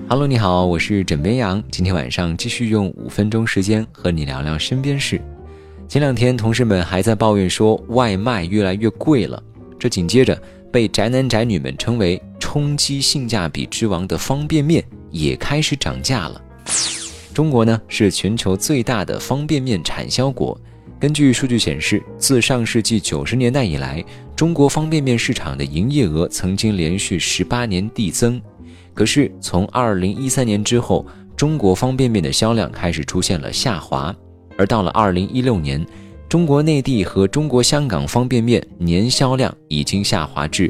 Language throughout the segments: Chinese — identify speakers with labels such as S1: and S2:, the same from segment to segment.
S1: Hello， 你好，我是枕边羊。今天晚上继续用5分钟时间和你聊聊身边事。前2天同事们还在抱怨说外卖越来越贵了，这紧接着被宅男宅女们称为冲击性价比之王的方便面也开始涨价了。中国呢是全球最大的方便面产销国。根据数据显示，自上世纪90年代以来，中国方便面市场的营业额曾经连续18年递增。可是从2013年之后，中国方便面的销量开始出现了下滑，而到了2016年，中国内地和中国香港方便面年销量已经下滑至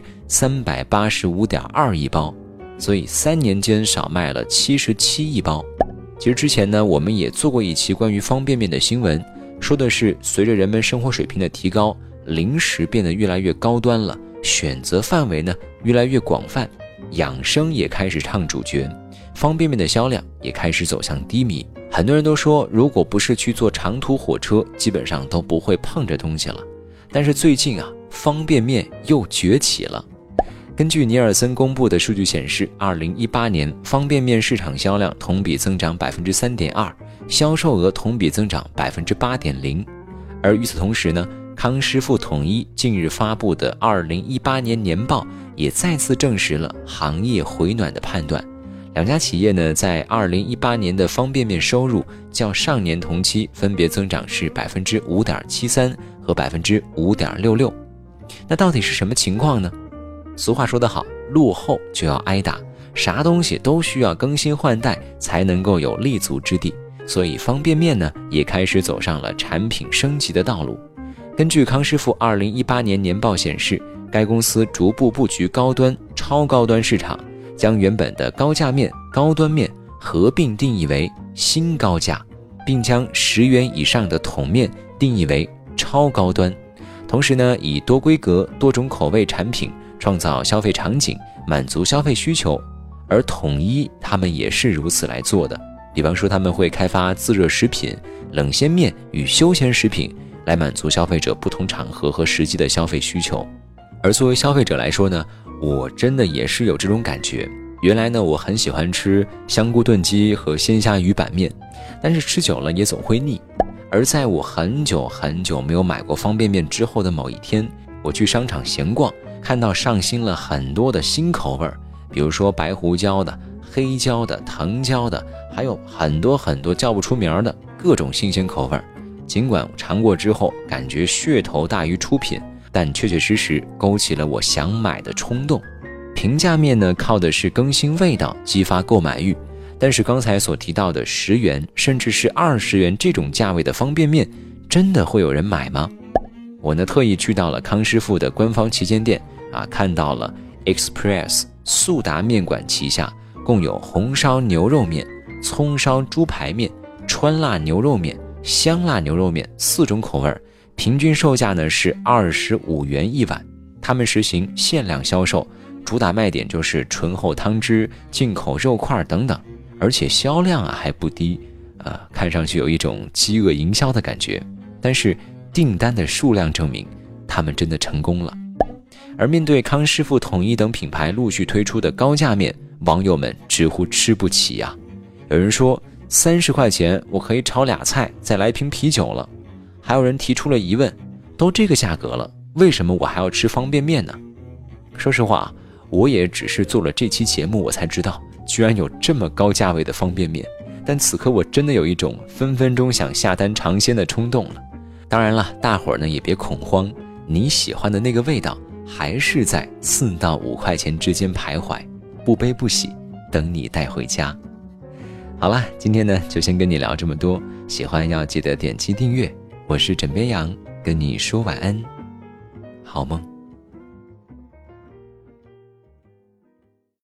S1: 385.2亿包，所以3年间少卖了77亿包。其实之前呢，我们也做过一期关于方便面的新闻，说的是随着人们生活水平的提高，零食变得越来越高端了，选择范围呢越来越广泛，养生也开始唱主角，方便面的销量也开始走向低迷。很多人都说，如果不是去坐长途火车，基本上都不会碰这东西了。但是最近方便面又崛起了。根据尼尔森公布的数据显示，2018年方便面市场销量同比增长 3.2%， 销售额同比增长 8.0%。 而与此同时呢，康师傅统一近日发布的2018年年报也再次证实了行业回暖的判断。两家企业呢，在2018年的方便面收入较上年同期分别增长是 5.73% 和 5.66%。 那到底是什么情况呢？俗话说得好，落后就要挨打，啥东西都需要更新换代才能够有立足之地，所以方便面呢也开始走上了产品升级的道路。根据康师傅2018年年报显示，该公司逐步布局高端、超高端市场，将原本的高价面、高端面合并定义为新高价，并将10元以上的桶面定义为超高端。同时呢，以多规格、多种口味产品创造消费场景，满足消费需求。而统一他们也是如此来做的，比方说他们会开发自热食品、冷鲜面与休闲食品，来满足消费者不同场合和实际的消费需求。而作为消费者来说呢，我真的也是有这种感觉。原来呢，我很喜欢吃香菇炖鸡和鲜虾鱼板面，但是吃久了也总会腻。而在我很久没有买过方便面之后的某一天，我去商场闲逛，看到上新了很多的新口味，比如说白胡椒的、黑椒的、藤椒的，还有很多叫不出名的各种新鲜口味。尽管尝过之后感觉噱头大于出品，但确实勾起了我想买的冲动。平价面呢，靠的是更新味道激发购买欲，但是刚才所提到的10元甚至是20元这种价位的方便面，真的会有人买吗？我呢特意去到了康师傅的官方旗舰店看到了 Express 速达面馆旗下共有红烧牛肉面、葱烧猪排面、川辣牛肉面、香辣牛肉面4种口味，平均售价呢是25元一碗。他们实行限量销售，主打卖点就是醇厚汤汁、进口肉块等等，而且销量还不低，看上去有一种饥饿营销的感觉。但是订单的数量证明他们真的成功了。而面对康师傅、统一等品牌陆续推出的高价面，网友们直呼吃不起啊。有人说30块钱我可以炒俩菜再来瓶啤酒了。还有人提出了疑问，都这个价格了，为什么我还要吃方便面呢？说实话，我也只是做了这期节目，我才知道居然有这么高价位的方便面，但此刻我真的有一种分分钟想下单尝鲜的冲动了。当然了，大伙儿呢也别恐慌，你喜欢的那个味道还是在4到5块钱之间徘徊，不悲不喜，等你带回家。好了，今天呢就先跟你聊这么多，喜欢要记得点击订阅。我是枕边羊，跟你说晚安，好梦。